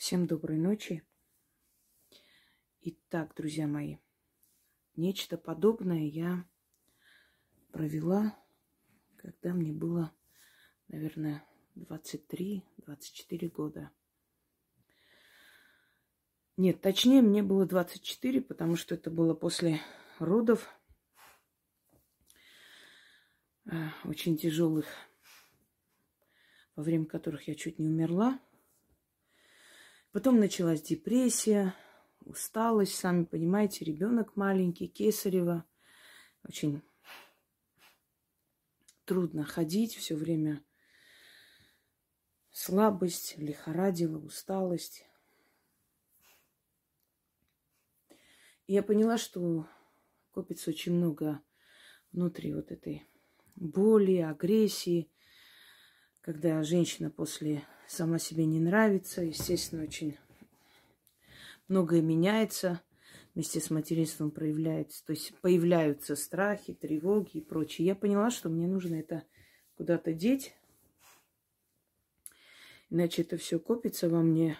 Всем доброй ночи. Итак, друзья мои, нечто подобное я провела, когда мне было, наверное, 23-24 года. Нет, точнее, мне было 24, потому что это было после родов, очень тяжелых, во время которых я чуть не умерла. Потом началась депрессия, усталость, сами понимаете, ребенок маленький, кесарево. Очень трудно ходить, все время слабость, лихорадила, усталость. И я поняла, что копится очень много внутри вот этой боли, агрессии, когда женщина после сама себе не нравится, естественно, очень многое меняется, вместе с материнством проявляется, то есть появляются страхи, тревоги и прочее. Я поняла, что мне нужно это куда-то деть, иначе это все копится во мне,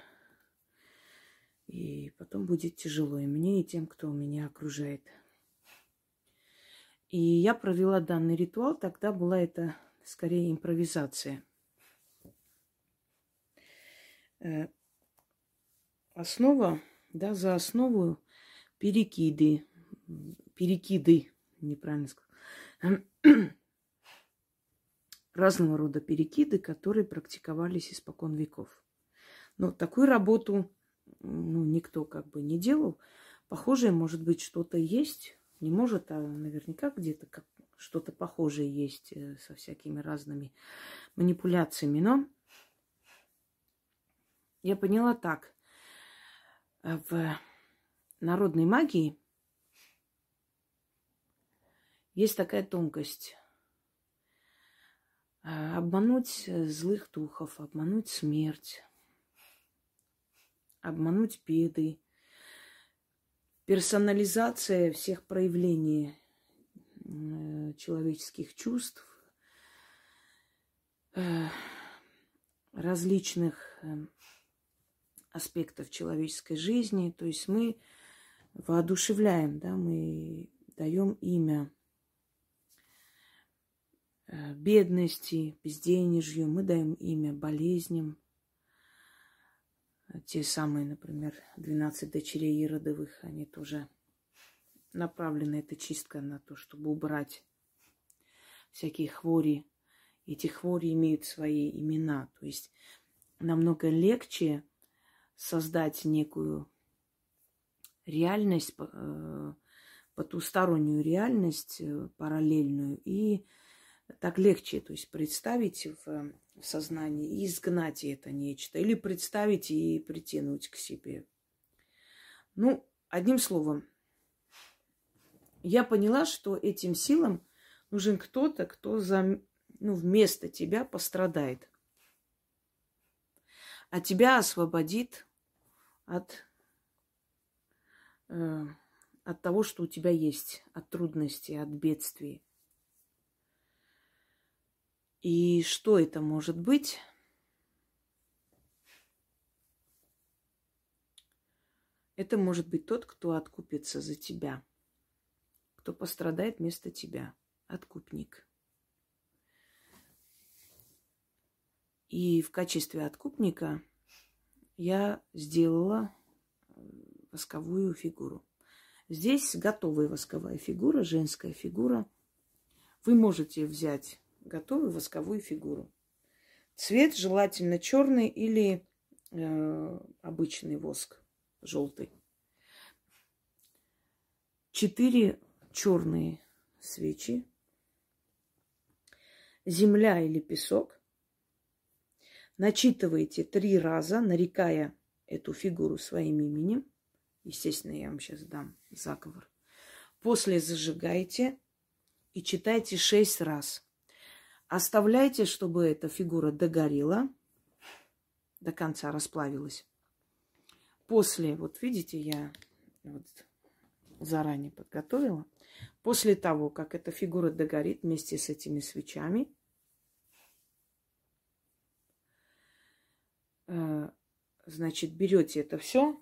и потом будет тяжело и мне, и тем, кто меня окружает. И я провела данный ритуал, тогда была это скорее импровизация. Основа, да, за основу перекиды, неправильно сказала, разного рода перекиды, которые практиковались испокон веков. Но такую работу никто как бы не делал. Похожее, может быть, что-то есть, не может, а наверняка где-то что-то похожее есть со всякими разными манипуляциями. Но я поняла так. В народной магии есть такая тонкость. Обмануть злых духов, обмануть смерть, обмануть беды. Персонализация всех проявлений человеческих чувств, различных аспектов человеческой жизни. То есть мы воодушевляем, да, мы даем имя бедности, безденежью, мы даем имя болезням. Те самые, например, 12 дочерей Иродовых, они тоже направлены, эта чистка на то, чтобы убрать всякие хвори. Эти хвори имеют свои имена. То есть намного легче создать некую реальность, потустороннюю реальность, параллельную, и так легче, то есть представить в сознании и изгнать это нечто, или представить и притянуть к себе. Одним словом, я поняла, что этим силам нужен кто-то, кто вместо тебя пострадает, а тебя освободит от того, что у тебя есть, от трудностей, от бедствий. И что это может быть? Это может быть тот, кто откупится за тебя, кто пострадает вместо тебя, откупник. И в качестве откупника я сделала восковую фигуру. Здесь готовая восковая фигура, женская фигура. Вы можете взять готовую восковую фигуру. Цвет желательно черный или обычный воск, желтый. 4 черные свечи, земля или песок. Начитываете 3 раза, нарекая эту фигуру своим именем. Естественно, я вам сейчас дам заговор. После зажигаете и читайте 6 раз. Оставляйте, чтобы эта фигура догорела, до конца расплавилась. После, вот видите, я заранее подготовила. После того, как эта фигура догорит вместе с этими свечами, Значит, берете это все,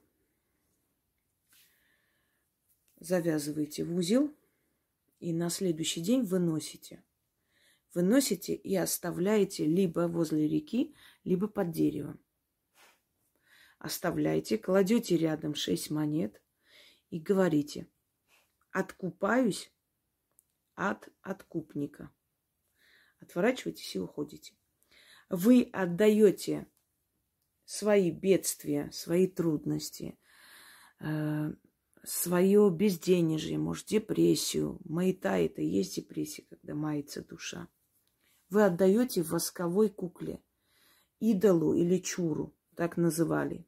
завязываете в узел и на следующий день выносите. Выносите и оставляете либо возле реки, либо под деревом. Оставляете, кладете рядом 6 монет и говорите: откупаюсь от откупника. Отворачиваетесь и уходите. Вы отдаете свои бедствия, свои трудности, свое безденежье, может, депрессию. Маята – это и есть депрессия, когда мается душа. Вы отдаете восковой кукле, идолу или чуру, так называли.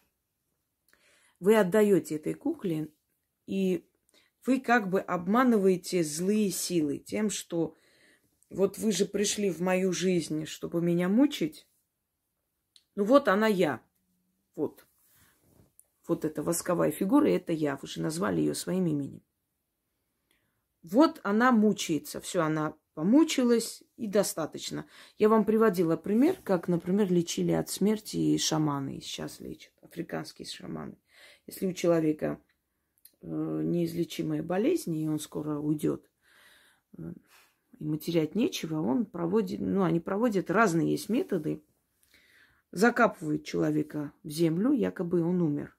Вы отдаете этой кукле, и вы как бы обманываете злые силы тем, что вот вы же пришли в мою жизнь, чтобы меня мучить. Ну вот она я. Вот. Вот эта восковая фигура, это я. Вы же назвали ее своим именем. Вот она мучается. Все, она помучилась, и достаточно. Я вам приводила пример, как, например, лечили от смерти шаманы. И сейчас лечат африканские шаманы. Если у человека неизлечимая болезнь, и он скоро уйдет, ему терять нечего, он проводит, они проводят разные есть методы. Закапывают человека в землю, якобы он умер.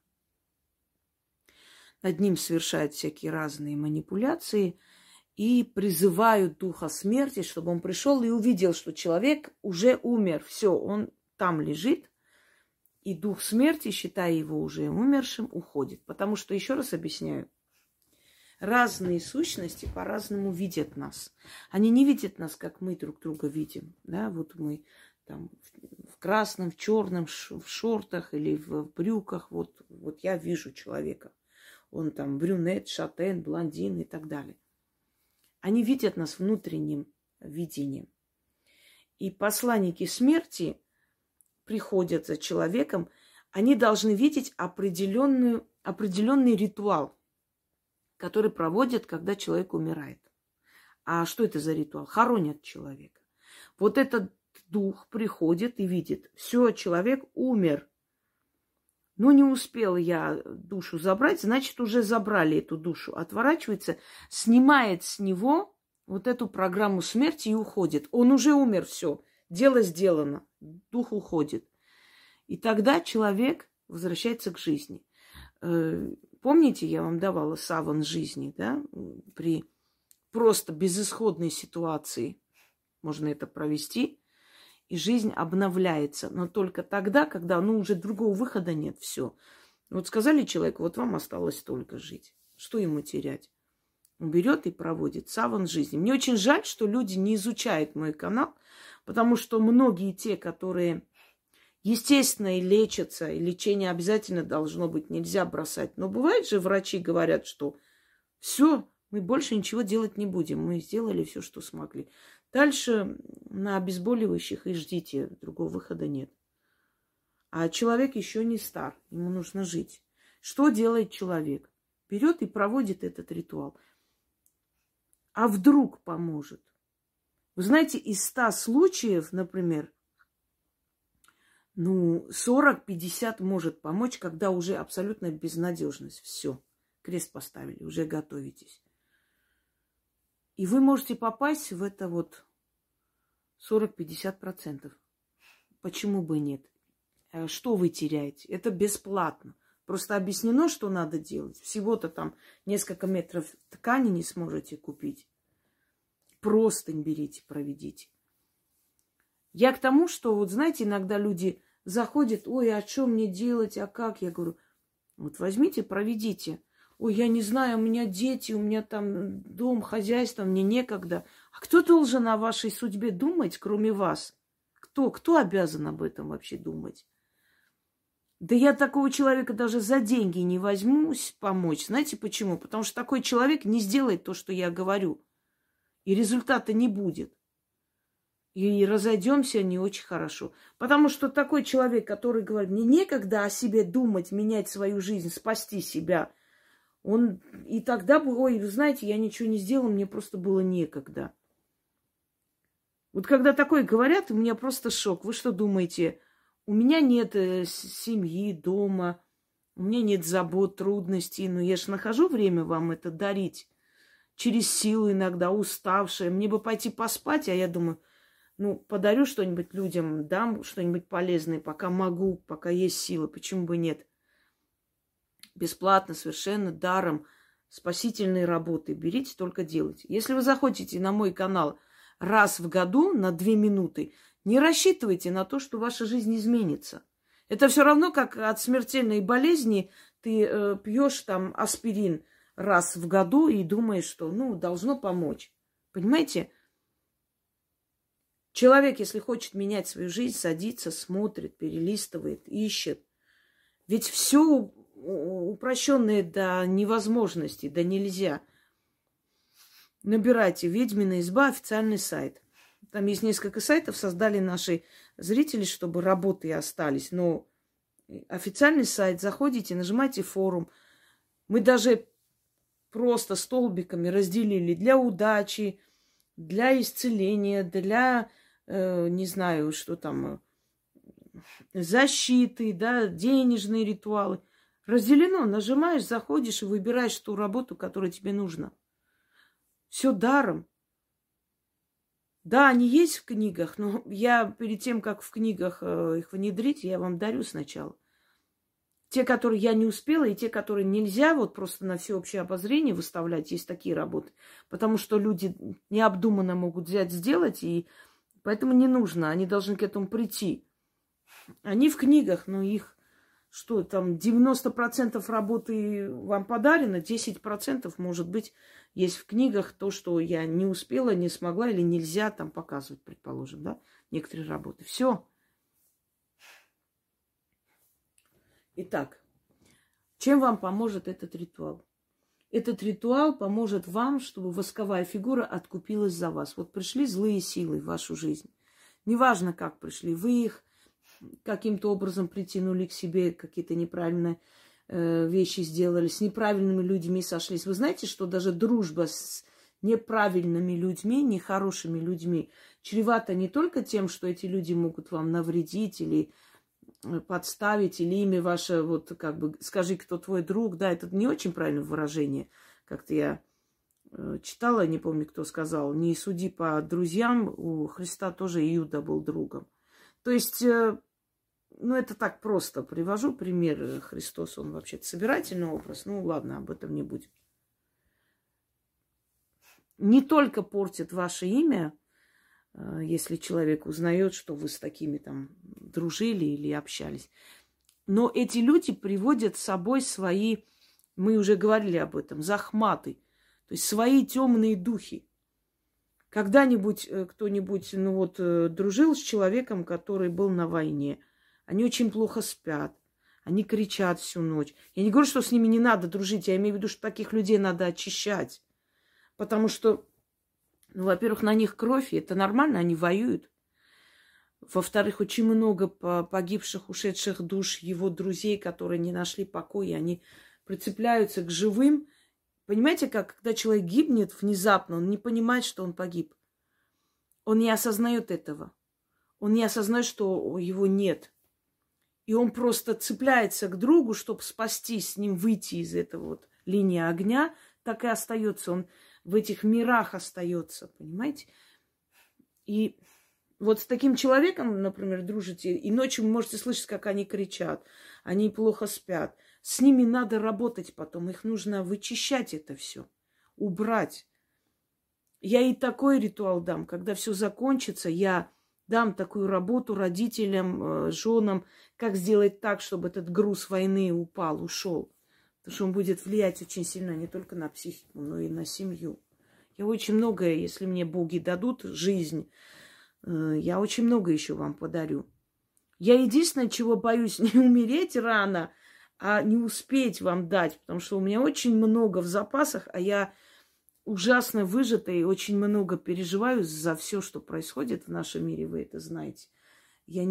Над ним совершают всякие разные манипуляции и призывают духа смерти, чтобы он пришел и увидел, что человек уже умер. Все, он там лежит, и дух смерти, считая его уже умершим, уходит. Потому что, еще раз объясняю, разные сущности по-разному видят нас. Они не видят нас, как мы друг друга видим. Да? Вот мы там в красном, в черном, в шортах или в брюках. Вот я вижу человека. Он там брюнет, шатен, блондин и так далее. Они видят нас внутренним видением. И посланники смерти приходят за человеком. Они должны видеть определенный ритуал, который проводят, когда человек умирает. А что это за ритуал? Хоронят человека. Вот этот дух приходит и видит: все, человек умер. Но не успел я душу забрать, значит, уже забрали эту душу. Отворачивается, снимает с него вот эту программу смерти и уходит. Он уже умер, все, дело сделано, дух уходит. И тогда человек возвращается к жизни. Помните, я вам давала саван жизни, да? При просто безысходной ситуации можно это провести, и жизнь обновляется. Но только тогда, когда уже другого выхода нет, все. Вот сказали человеку: вот вам осталось столько жить. Что ему терять? Он берет и проводит саван жизни. Мне очень жаль, что люди не изучают мой канал, потому что многие те, которые, естественно, и лечатся, и лечение обязательно должно быть, нельзя бросать. Но бывает же, врачи говорят, что все, мы больше ничего делать не будем. Мы сделали все, что смогли. Дальше на обезболивающих и ждите, другого выхода нет. А человек еще не стар, ему нужно жить. Что делает человек? Берет и проводит этот ритуал. А вдруг поможет? Вы знаете, из 100 случаев, например, 40-50 может помочь, когда уже абсолютная безнадежность. Все, крест поставили, уже готовитесь. И вы можете попасть в это 40-50%. Почему бы нет? Что вы теряете? Это бесплатно. Просто объяснено, что надо делать. Всего-то там несколько метров ткани не сможете купить. Простынь берите, проведите. Я к тому, что, знаете, иногда люди заходят: ой, а что мне делать, а как? Я говорю: вот возьмите, проведите. Ой, я не знаю, у меня дети, у меня там дом, хозяйство, мне некогда. А кто должен о вашей судьбе думать, кроме вас? Кто обязан об этом вообще думать? Да я такого человека даже за деньги не возьмусь помочь. Знаете почему? Потому что такой человек не сделает то, что я говорю. И результата не будет. И разойдемся не очень хорошо. Потому что такой человек, который говорит: мне некогда о себе думать, менять свою жизнь, спасти себя, он и тогда бы: ой, вы знаете, я ничего не сделал, мне просто было некогда. Вот когда такое говорят, у меня просто шок. Вы что думаете, У меня нет семьи, дома, у меня нет забот, трудностей, но я же нахожу время вам это дарить. Через силу иногда, уставшая. Мне бы пойти поспать, а я думаю, ну, подарю что-нибудь людям, дам что-нибудь полезное, пока могу, пока есть силы, почему бы нет. Бесплатно, совершенно даром, спасительные работы. Берите, только делайте. Если вы заходите на мой канал раз в году на 2 минуты, не рассчитывайте на то, что ваша жизнь изменится. Это все равно, как от смертельной болезни ты пьешь там аспирин раз в году и думаешь, что, ну, должно помочь. Понимаете? Человек, если хочет менять свою жизнь, садится, смотрит, перелистывает, ищет. Ведь все упрощенное до невозможности, да нельзя. Набирайте «Ведьмина изба», официальный сайт. Там есть несколько сайтов, создали наши зрители, чтобы работы остались. Но официальный сайт, заходите, нажимайте «Форум». Мы даже просто столбиками разделили для удачи, для исцеления, для, не знаю, что там, защиты, да, денежные ритуалы. Разделено. Нажимаешь, заходишь и выбираешь ту работу, которая тебе нужна. Все даром. Да, они есть в книгах, но я перед тем, как в книгах их внедрить, я вам дарю сначала. Те, которые я не успела, и те, которые нельзя вот просто на всеобщее обозрение выставлять, есть такие работы. Потому что люди необдуманно могут взять, сделать, и поэтому не нужно. Они должны к этому прийти. Они в книгах, но их, что там, 90% работы вам подарено, 10% может быть есть в книгах то, что я не успела, не смогла или нельзя там показывать, предположим, да, некоторые работы. Все. Итак, чем вам поможет этот ритуал? Этот ритуал поможет вам, чтобы восковая фигура откупилась за вас. Вот пришли злые силы в вашу жизнь. Неважно, как пришли, вы их каким-то образом притянули к себе, какие-то неправильные вещи сделали, с неправильными людьми сошлись. Вы знаете, что даже дружба с неправильными людьми, нехорошими людьми чревата не только тем, что эти люди могут вам навредить или подставить, или имя ваше, вот как бы, скажи, кто твой друг, да, это не очень правильное выражение. Как-то я читала, не помню, кто сказал, не суди по друзьям, у Христа тоже Иуда был другом. То есть, ну, это так просто. Привожу пример. Христос, он вообще-то собирательный образ. Ну, ладно, об этом не будем. Не только портит ваше имя, если человек узнает, что вы с такими там дружили или общались. Но эти люди приводят с собой свои, мы уже говорили об этом, захматы, то есть свои темные духи. Когда-нибудь кто-нибудь, ну вот, дружил с человеком, который был на войне. Они очень плохо спят, они кричат всю ночь. Я не говорю, что с ними не надо дружить, я имею в виду, что таких людей надо очищать. Потому что, ну, во-первых, на них кровь, и это нормально, они воюют. Во-вторых, очень много погибших, ушедших душ его друзей, которые не нашли покоя, они прицепляются к живым. Понимаете, как когда человек гибнет внезапно, он не понимает, что он погиб. Он не осознает этого. Он не осознает, что его нет. И он просто цепляется к другу, чтобы спастись, с ним выйти из этого вот линии огня, так и остается. Он в этих мирах остается, понимаете? И вот с таким человеком, например, дружите, и ночью вы можете слышать, как они кричат, они плохо спят. С ними надо работать потом, их нужно вычищать это все, убрать. Я и такой ритуал дам, когда все закончится, я дам такую работу родителям, женам, как сделать так, чтобы этот груз войны упал, ушел. Потому что он будет влиять очень сильно не только на психику, но и на семью. Я очень многое, если мне боги дадут жизнь, я очень много еще вам подарю. Я единственное, чего боюсь, не умереть рано, а не успеть вам дать, потому что у меня очень много в запасах, а я ужасно выжата и очень много переживаю за все, что происходит в нашем мире, вы это знаете. Я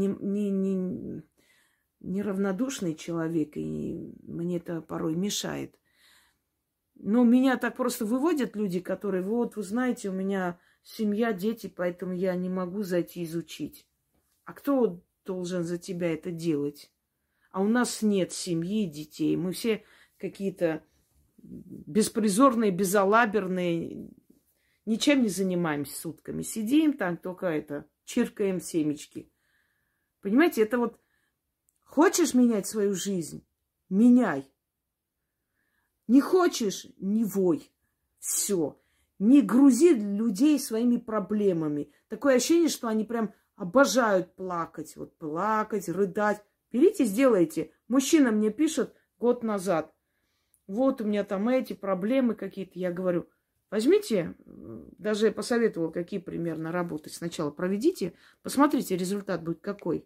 неравнодушный человек, и мне это порой мешает. Но меня так просто выводят люди, которые, вот, вы знаете, у меня семья, дети, поэтому я не могу зайти изучить. А кто должен за тебя это делать. А у нас нет семьи, детей. Мы все какие-то беспризорные, безалаберные, ничем не занимаемся сутками. Сидим там, только это, чиркаем семечки. Понимаете, это вот хочешь менять свою жизнь? Меняй. Не хочешь? Не вой. Все. Не грузи людей своими проблемами. Такое ощущение, что они прям обожают плакать. Вот плакать, рыдать. Берите, сделайте. Мужчина мне пишет год назад. Вот у меня там эти проблемы какие-то. Я говорю, возьмите, даже я посоветовала, какие примерно работать. Сначала проведите, посмотрите, результат будет какой.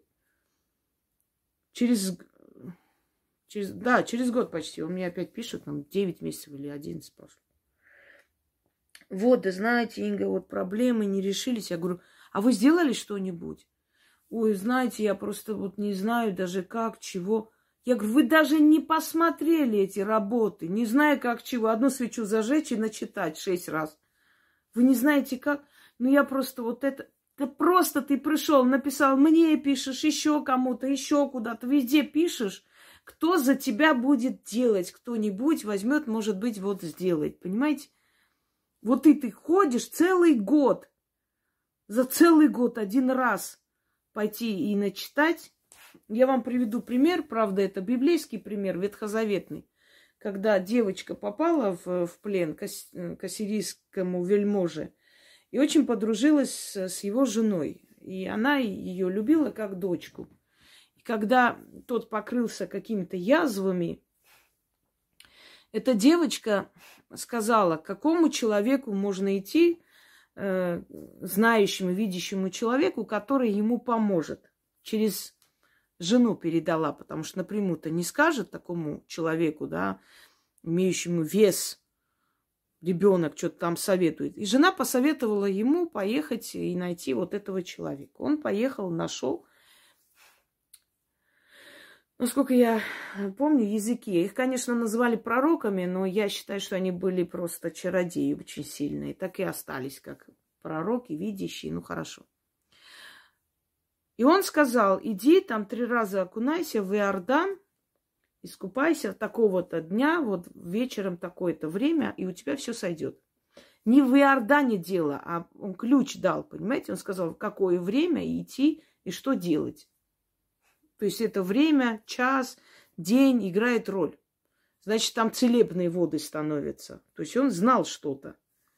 Через год почти. Он мне опять пишет, там 9 месяцев или 11 прошло. Вот, да знаете, Инга, вот проблемы не решились. Я говорю, а вы сделали что-нибудь? Ой, знаете, я просто вот не знаю даже как, чего. Я говорю, вы даже не посмотрели эти работы, не знаю как, чего. Одну свечу зажечь и начитать 6 раз. Вы не знаете как? Ну, я просто вот это... Да просто ты пришел, написал, мне пишешь, еще кому-то, еще куда-то, везде пишешь. Кто за тебя будет делать? Кто-нибудь возьмет, может быть, вот сделает. Понимаете? Вот и ты ходишь целый год. За целый год один раз пойти и начитать. Я вам приведу пример, правда, это библейский пример, ветхозаветный. Когда девочка попала в плен к ассирийскому вельможе и очень подружилась с его женой. И она ее любила как дочку. И когда тот покрылся какими-то язвами, эта девочка сказала, к какому человеку можно идти, знающему, видящему человеку, который ему поможет. Через жену передала, потому что напрямую-то не скажет такому человеку, да, имеющему вес, ребенок что-то там советует. И жена посоветовала ему поехать и найти вот этого человека. Он поехал, нашел. Насколько я помню, языки. Их, конечно, называли пророками, но я считаю, что они были просто чародеи очень сильные. Так и остались, как пророки, видящие. Ну, хорошо. И он сказал, иди там 3 раза окунайся в Иордан, искупайся такого-то дня, вот вечером такое-то время, и у тебя все сойдет. Не в Иордане дело, а он ключ дал, понимаете? Он сказал, в какое время идти и что делать. То есть это время, час, день играет роль. Значит, там целебные воды становятся. То есть он знал что-то.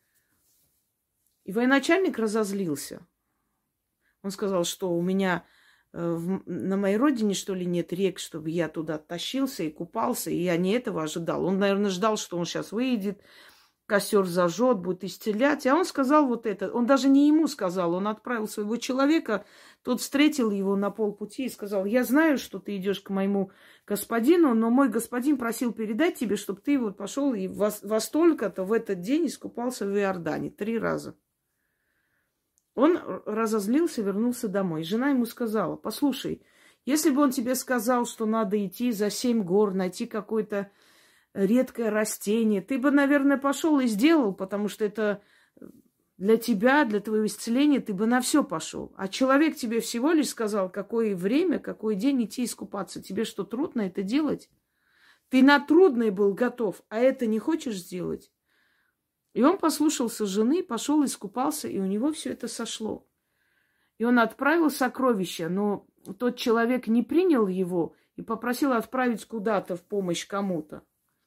И военачальник разозлился. Он сказал, что у меня на моей родине, что ли, нет рек, чтобы я туда тащился и купался. И я не этого ожидал. Он, наверное, ждал, что он сейчас выйдет, костер зажжет, будет исцелять. А он сказал вот это. Он даже не ему сказал. Он отправил своего человека. Тот встретил его на полпути и сказал, я знаю, что ты идешь к моему господину, но мой господин просил передать тебе, чтобы ты вот пошел и во столько-то в этот день искупался в Иордане 3 раза. Он разозлился, вернулся домой. Жена ему сказала, послушай, если бы он тебе сказал, что надо идти за 7 гор, найти какое-то редкое растение, ты бы, наверное, пошел и сделал, потому что это для тебя, для твоего исцеления, ты бы на все пошел. А человек тебе всего лишь сказал, какое время, какой день идти искупаться. Тебе что, трудно это делать? Ты на трудное был готов, а это не хочешь сделать? И он послушался жены, пошел, искупался, и у него все это сошло. И он отправил сокровища, но тот человек не принял его и попросил отправить куда-то в помощь кому-то.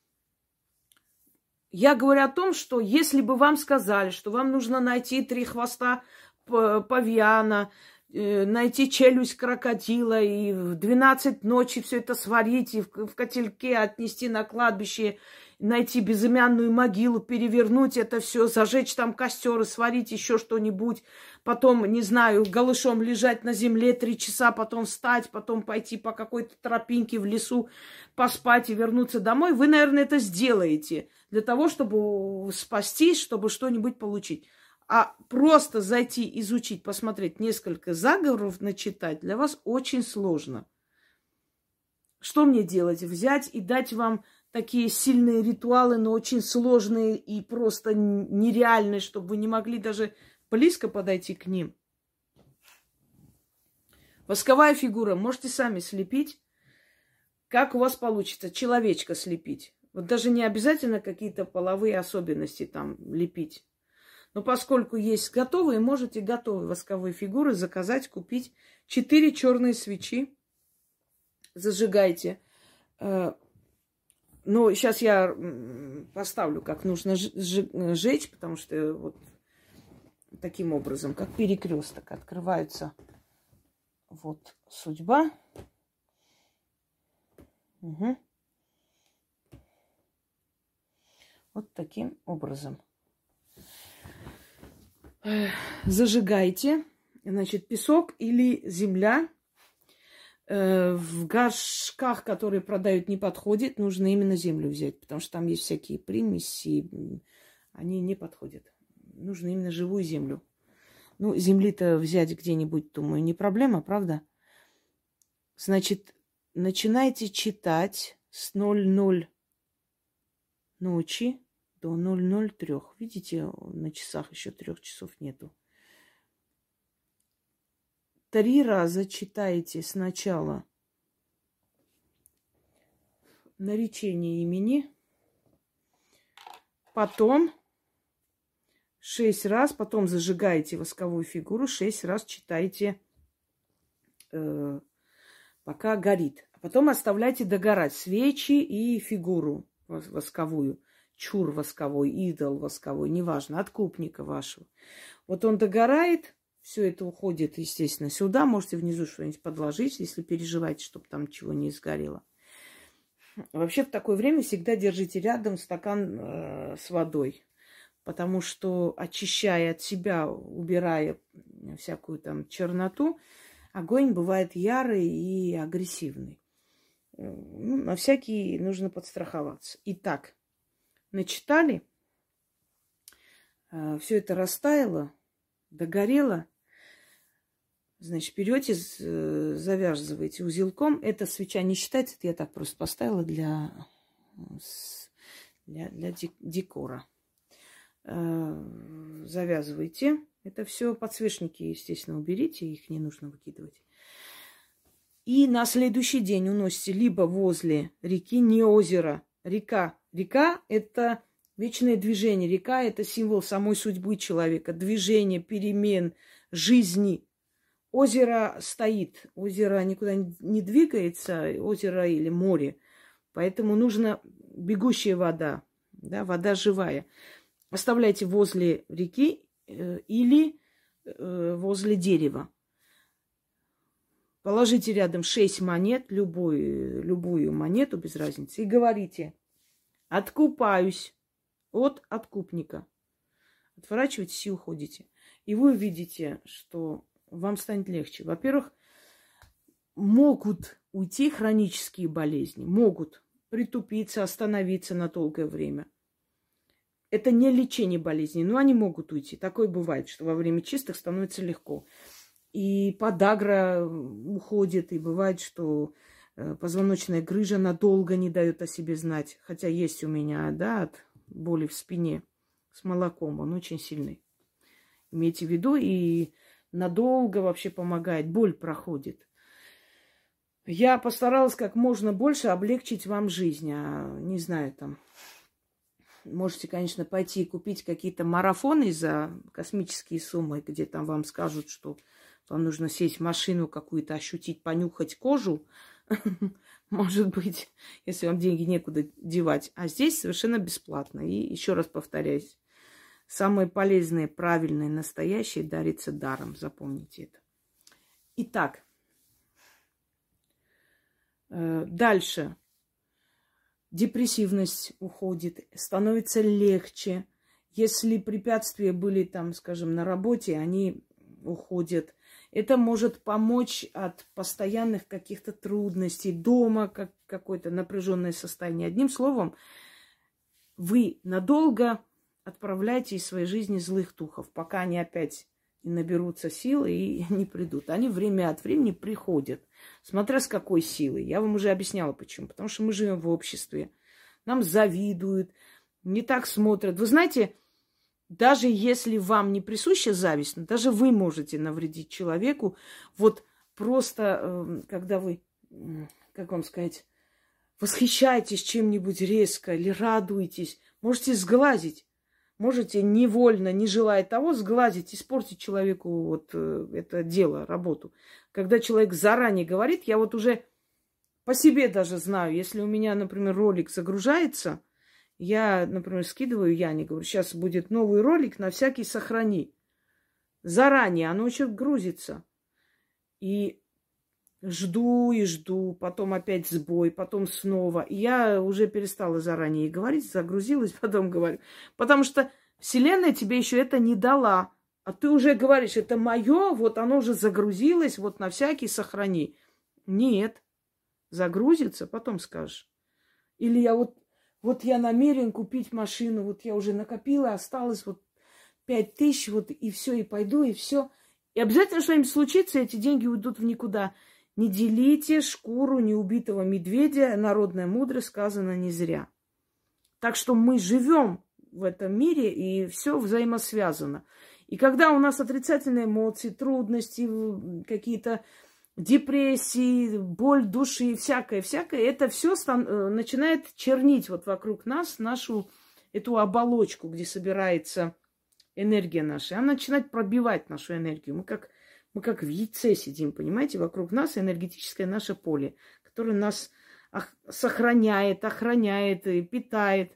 Я говорю о том, что если бы вам сказали, что вам нужно найти 3 хвоста павиана, найти челюсть крокодила и в 12 ночи все это сварить и в котелке отнести на кладбище, найти безымянную могилу, перевернуть это все, зажечь там костер и сварить еще что-нибудь, потом, не знаю, голышом лежать на земле 3 часа, потом встать, потом пойти по какой-то тропинке в лесу, поспать и вернуться домой, вы, наверное, это сделаете для того, чтобы спастись, чтобы что-нибудь получить. А просто зайти, изучить, посмотреть несколько заговоров, начитать, для вас очень сложно. Что мне делать? Взять и дать вам такие сильные ритуалы, но очень сложные и просто нереальные, чтобы вы не могли даже близко подойти к ним. Восковая фигура. Можете сами слепить. Как у вас получится человечка слепить. Вот даже не обязательно какие-то половые особенности там лепить. Но поскольку есть готовые, можете готовые восковые фигуры заказать, купить. 4 черные свечи. Зажигайте. Но сейчас я поставлю, как нужно жечь, потому что вот таким образом, как перекресток, открывается вот судьба. Угу. Вот таким образом. Зажигайте. Значит, песок или земля. В горшках, которые продают, не подходит. Нужно именно землю взять, потому что там есть всякие примеси. Они не подходят. Нужно именно живую землю. Ну, земли-то взять где-нибудь, думаю, не проблема, правда? Значит, начинайте читать с 00 ночи до 00:03. Видите, на часах еще 3 часов нету. 3 раза читаете сначала наречение имени, потом 6 раз, потом зажигаете восковую фигуру, 6 раз читаете, пока горит. А потом оставляйте догорать свечи и фигуру восковую, чур восковой, идол восковой, неважно, откупника вашего. Вот он догорает. Все это уходит, естественно, сюда. Можете внизу что-нибудь подложить, если переживаете, чтобы там чего не сгорело. Вообще в такое время всегда держите рядом стакан с водой. Потому что, очищая от себя, убирая всякую там черноту, огонь бывает ярый и агрессивный. Ну, на всякий нужно подстраховаться. Итак, начитали. Все это растаяло, догорело. Значит, берете, завязываете узелком. Эта свеча не считается, это я так просто поставила для декора. Завязывайте. Это все подсвечники, естественно, уберите, их не нужно выкидывать. И на следующий день уносите либо возле реки, не озеро, река. Река – это вечное движение. Река – это символ самой судьбы человека, движения, перемен, жизни. Озеро стоит, озеро никуда не двигается, озеро или море. Поэтому нужна бегущая вода, да, вода живая. Оставляйте возле реки или возле дерева. Положите рядом 6 монет, любую монету, без разницы, и говорите: откупаюсь от откупника. Отворачиваетесь и уходите. И вы увидите, что вам станет легче. Во-первых, могут уйти хронические болезни, могут притупиться, остановиться на долгое время. Это не лечение болезней, но они могут уйти. Такое бывает, что во время чистых становится легко. И подагра уходит, и бывает, что позвоночная грыжа надолго не дает о себе знать. Хотя есть у меня, да, от боли в спине с молоком, он очень сильный. Имейте в виду, и надолго вообще помогает, боль проходит. Я постаралась как можно больше облегчить вам жизнь. Не знаю, там, можете, конечно, пойти и купить какие-то марафоны за космические суммы, где там вам скажут, что вам нужно сесть в машину какую-то, ощутить, понюхать кожу. Может быть, если вам деньги некуда девать. А здесь совершенно бесплатно. И еще раз повторяюсь. Самое полезное, правильное, настоящее дарится даром. Запомните это. Итак, дальше. Депрессивность уходит, становится легче. Если препятствия были там, скажем, на работе, они уходят. Это может помочь от постоянных каких-то трудностей, дома, как какое-то напряженное состояние. Одним словом, вы надолго отправляйте из своей жизни злых духов, пока они опять не наберутся силы и не придут. Они время от времени приходят, смотря с какой силой. Я вам уже объясняла, почему. Потому что мы живем в обществе, нам завидуют, не так смотрят. Вы знаете, даже если вам не присуща зависть, даже вы можете навредить человеку вот просто, когда вы, как вам сказать, восхищаетесь чем-нибудь резко или радуетесь, можете сглазить. Можете невольно, не желая того, сглазить, испортить человеку вот это дело, работу. Когда человек заранее говорит, я вот уже по себе даже знаю, если у меня, например, ролик загружается, я, например, скидываю Яне, говорю, сейчас будет новый ролик, на всякий сохрани. Заранее, оно еще грузится. И жду и жду, потом опять сбой, потом снова. И я уже перестала заранее говорить, загрузилась, потом говорю. Потому что Вселенная тебе еще это не дала. А ты уже говоришь, это мое, вот оно уже загрузилось, вот на всякий сохрани. Нет, загрузится, потом скажешь. Или я вот я намерен купить машину, вот я уже накопила, осталось вот 5000, вот и все, и пойду, и все. И обязательно что-нибудь случится, эти деньги уйдут в никуда. Не делите шкуру неубитого медведя, народная мудрость сказана не зря. Так что мы живем в этом мире, и все взаимосвязано. И когда у нас отрицательные эмоции, трудности, какие-то депрессии, боль души, всякое, это все начинает чернить вот вокруг нас, нашу эту оболочку, где собирается энергия наша. Она начинает пробивать нашу энергию. Мы как в яйце сидим, понимаете? Вокруг нас энергетическое наше поле, которое нас сохраняет, охраняет, питает.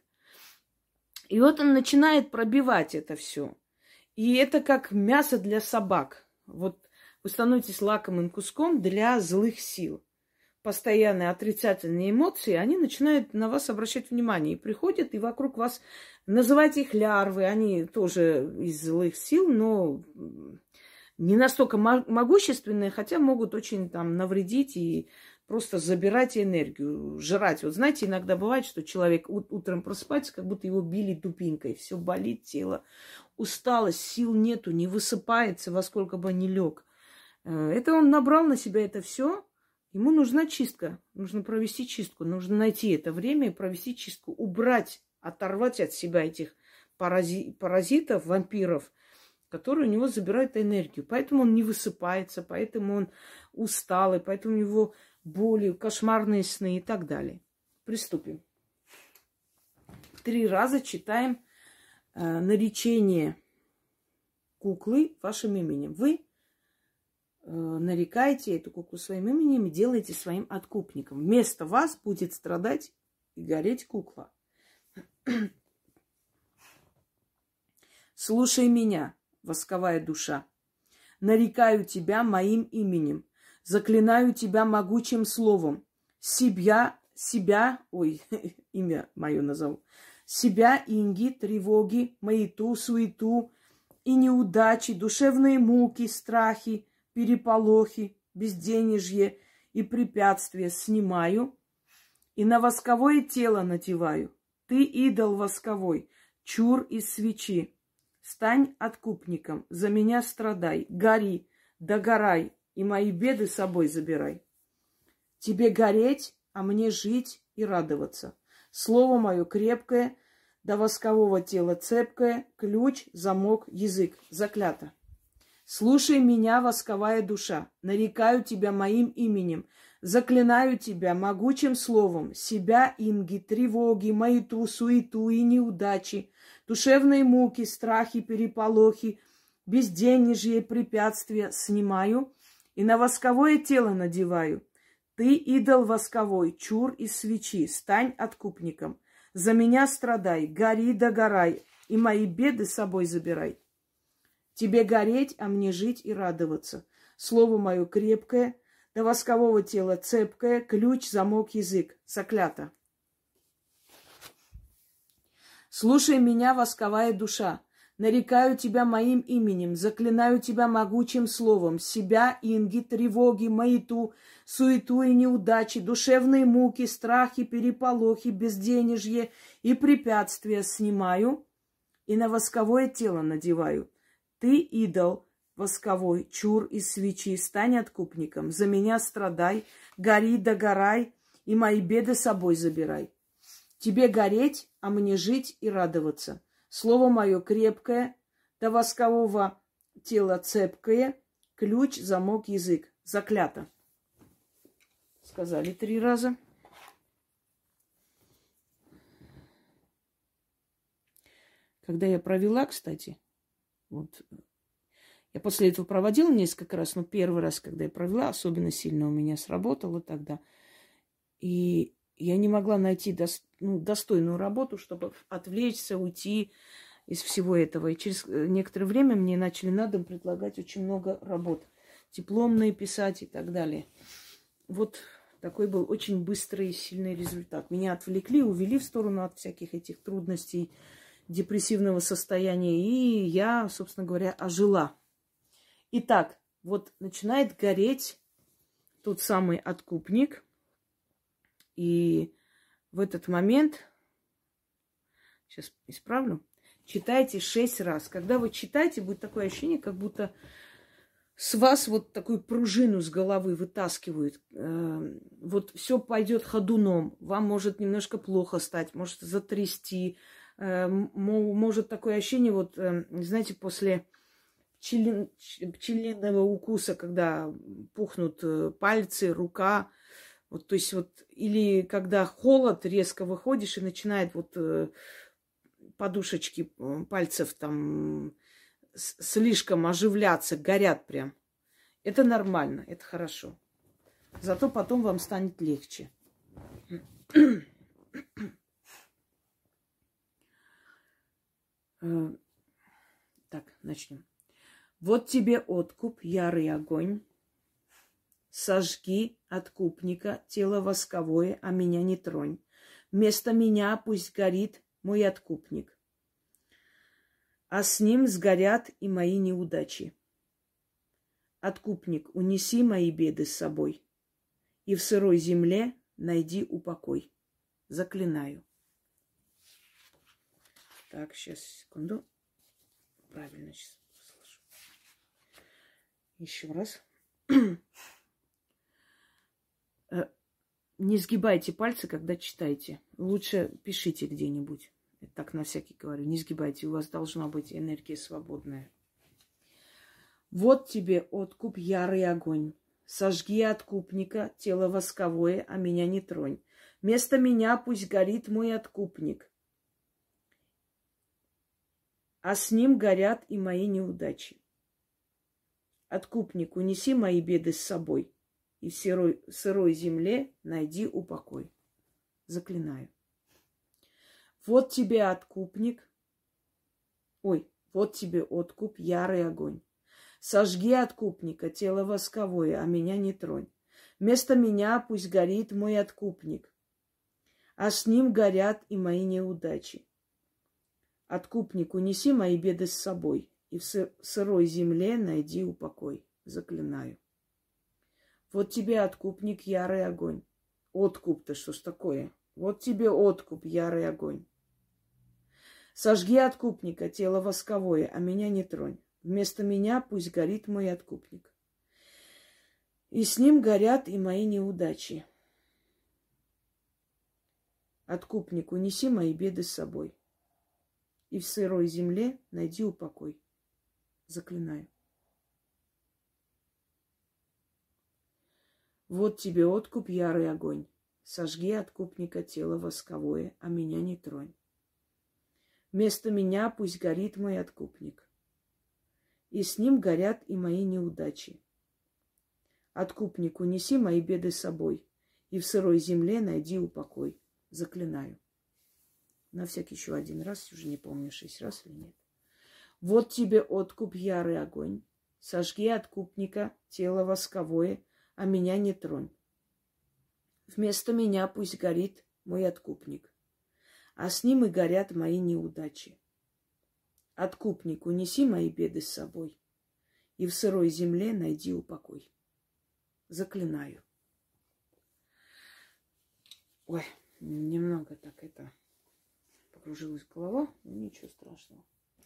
И вот он начинает пробивать это все. И это как мясо для собак. Вот вы становитесь лакомым куском для злых сил. Постоянные отрицательные эмоции, они начинают на вас обращать внимание. И приходят, и вокруг вас называйте их лярвы. Они тоже из злых сил, но не настолько могущественные, хотя могут очень там навредить и просто забирать энергию, жрать. Вот знаете, иногда бывает, что человек утром просыпается, как будто его били дубинкой. Все болит тело, усталость, сил нету, не высыпается, во сколько бы ни лег. Это он набрал на себя это все. Ему нужна чистка, нужно провести чистку, нужно найти это время и провести чистку, убрать, оторвать от себя этих паразитов, вампиров, которые у него забирают энергию. Поэтому он не высыпается, поэтому он усталый, поэтому у него боли, кошмарные сны и так далее. Приступим. 3 раза читаем наречение куклы вашим именем. Вы нарекаете эту куклу своим именем и делаете своим откупником. Вместо вас будет страдать и гореть кукла. Слушай меня, восковая душа. Нарекаю тебя моим именем. Заклинаю тебя могучим словом. Себя, имя мое назову. Себя, инги, тревоги, маяту, суету и неудачи, душевные муки, страхи, переполохи, безденежье и препятствия снимаю и на восковое тело надеваю. Ты, идол восковой, чур из свечи, стань откупником, за меня страдай, гори, догорай, и мои беды с собой забирай. Тебе гореть, а мне жить и радоваться. Слово мое крепкое, до воскового тела цепкое, ключ, замок, язык. Заклято. Слушай меня, восковая душа, нарекаю тебя моим именем, заклинаю тебя могучим словом, себя, инги, тревоги, маяту, суету и неудачи, душевные муки, страхи, переполохи, безденежье, препятствия снимаю и на восковое тело надеваю. Ты, идол восковой, чур из свечи, стань откупником, за меня страдай, гори догорай, и мои беды с собой забирай. Тебе гореть, а мне жить и радоваться. Слово мое крепкое, до воскового тела цепкое, ключ, замок, язык. Заклято. Слушай меня, восковая душа. Нарекаю тебя моим именем, заклинаю тебя могучим словом. Себя, инги, тревоги, маяту, суету и неудачи, душевные муки, страхи, переполохи, безденежье и препятствия снимаю и на восковое тело надеваю. Ты, идол восковой, чур из свечи, стань откупником. За меня страдай, гори, догорай, и мои беды с собой забирай. Тебе гореть, а мне жить и радоваться. Слово мое крепкое, до воскового тела цепкое, ключ, замок, язык. Заклято. Сказали 3 раза. Когда я провела, кстати, вот я после этого проводила несколько раз, но первый раз, когда я провела, особенно сильно у меня сработало тогда. И я не могла найти достойную работу, чтобы отвлечься, уйти из всего этого. И через некоторое время мне начали на дом предлагать очень много работ. Дипломные писать и так далее. Вот такой был очень быстрый и сильный результат. Меня отвлекли, увели в сторону от всяких этих трудностей, депрессивного состояния. И я, собственно говоря, ожила. Итак, вот начинает гореть тот самый откупник. И в этот момент, сейчас исправлю, читайте 6 раз. Когда вы читаете, будет такое ощущение, как будто с вас вот такую пружину с головы вытаскивают. Вот все пойдет ходуном. Вам может немножко плохо стать, может затрясти. Может такое ощущение, вот, знаете, после пчелиного укуса, когда пухнут пальцы, рука. Вот, то есть вот, или когда холод, резко выходишь и начинает вот подушечки пальцев там слишком оживляться, горят прям. Это нормально, это хорошо. Зато потом вам станет легче. Так, начнем. Вот тебе откуп, ярый огонь. Сожги откупника тело восковое, а меня не тронь. Вместо меня пусть горит мой откупник, а с ним сгорят и мои неудачи. Откупник, унеси мои беды с собой, и в сырой земле найди упокой. Заклинаю. Так, сейчас, секунду. Правильно сейчас слышу. Еще раз. Не сгибайте пальцы, когда читаете. Лучше пишите где-нибудь. Это так на всякий говорю. Не сгибайте, у вас должна быть энергия свободная. Вот тебе откуп, ярый огонь. Сожги откупника, тело восковое, а меня не тронь. Вместо меня пусть горит мой откупник, а с ним горят и мои неудачи. Откупник, унеси мои беды с собой, и в сырой земле найди упокой. Заклинаю. Вот тебе откупник. Вот тебе откуп, ярый огонь. Сожги откупника, тело восковое, а меня не тронь. Вместо меня пусть горит мой откупник, а с ним горят и мои неудачи. Откупник, унеси мои беды с собой, и в сырой земле найди упокой. Заклинаю. Вот тебе откупник, ярый огонь. Откуп-то что ж такое? Вот тебе откуп, ярый огонь. Сожги откупника, тело восковое, а меня не тронь. Вместо меня пусть горит мой откупник, и с ним горят и мои неудачи. Откупник, унеси мои беды с собой, и в сырой земле найди упокой. Заклинаю. Вот тебе откуп, ярый огонь. Сожги откупника, тело восковое, а меня не тронь. Вместо меня пусть горит мой откупник, и с ним горят и мои неудачи. Откупник, унеси мои беды с собой, и в сырой земле найди упокой. Заклинаю. На всякий еще один раз, уже не помню, 6 раз или нет. Вот тебе откуп, ярый огонь. Сожги откупника, тело восковое, а меня не тронь. Вместо меня пусть горит мой откупник, а с ним и горят мои неудачи. Откупник, унеси мои беды с собой, и в сырой земле найди упокой. Заклинаю. Ой, немного так это покружилась голова, но ничего страшного.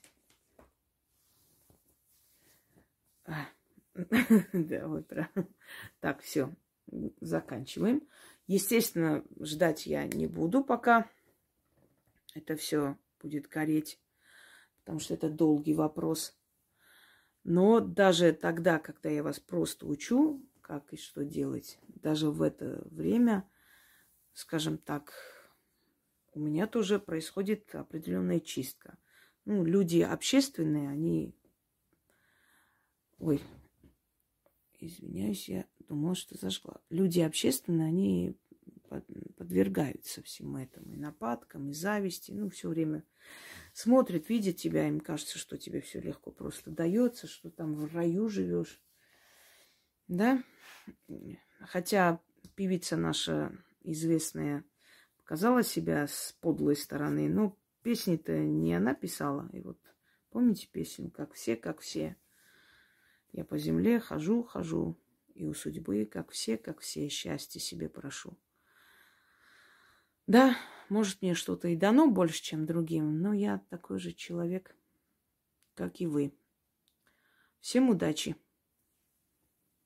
Да, вот правда. Так, все, заканчиваем. Естественно, ждать я не буду, пока это все будет гореть, потому что это долгий вопрос. Но даже тогда, когда я вас просто учу, как и что делать. Даже в это время, скажем так, у меня тоже происходит определенная чистка. Ну, люди общественные, они... Ой, извиняюсь, я думала, что зажгла. Люди общественные, они подвергаются всему этому. И нападкам, и зависти. Ну, все время смотрят, видят тебя, им кажется, что тебе все легко просто дается, что там в раю живешь. Да? Хотя певица наша известная показала себя с подлой стороны, но песни-то не она писала. И вот помните песню «Как все, как все». Я по земле хожу, хожу, и у судьбы, как все, счастье себе прошу. Да, может, мне что-то и дано больше, чем другим, но я такой же человек, как и вы. Всем удачи!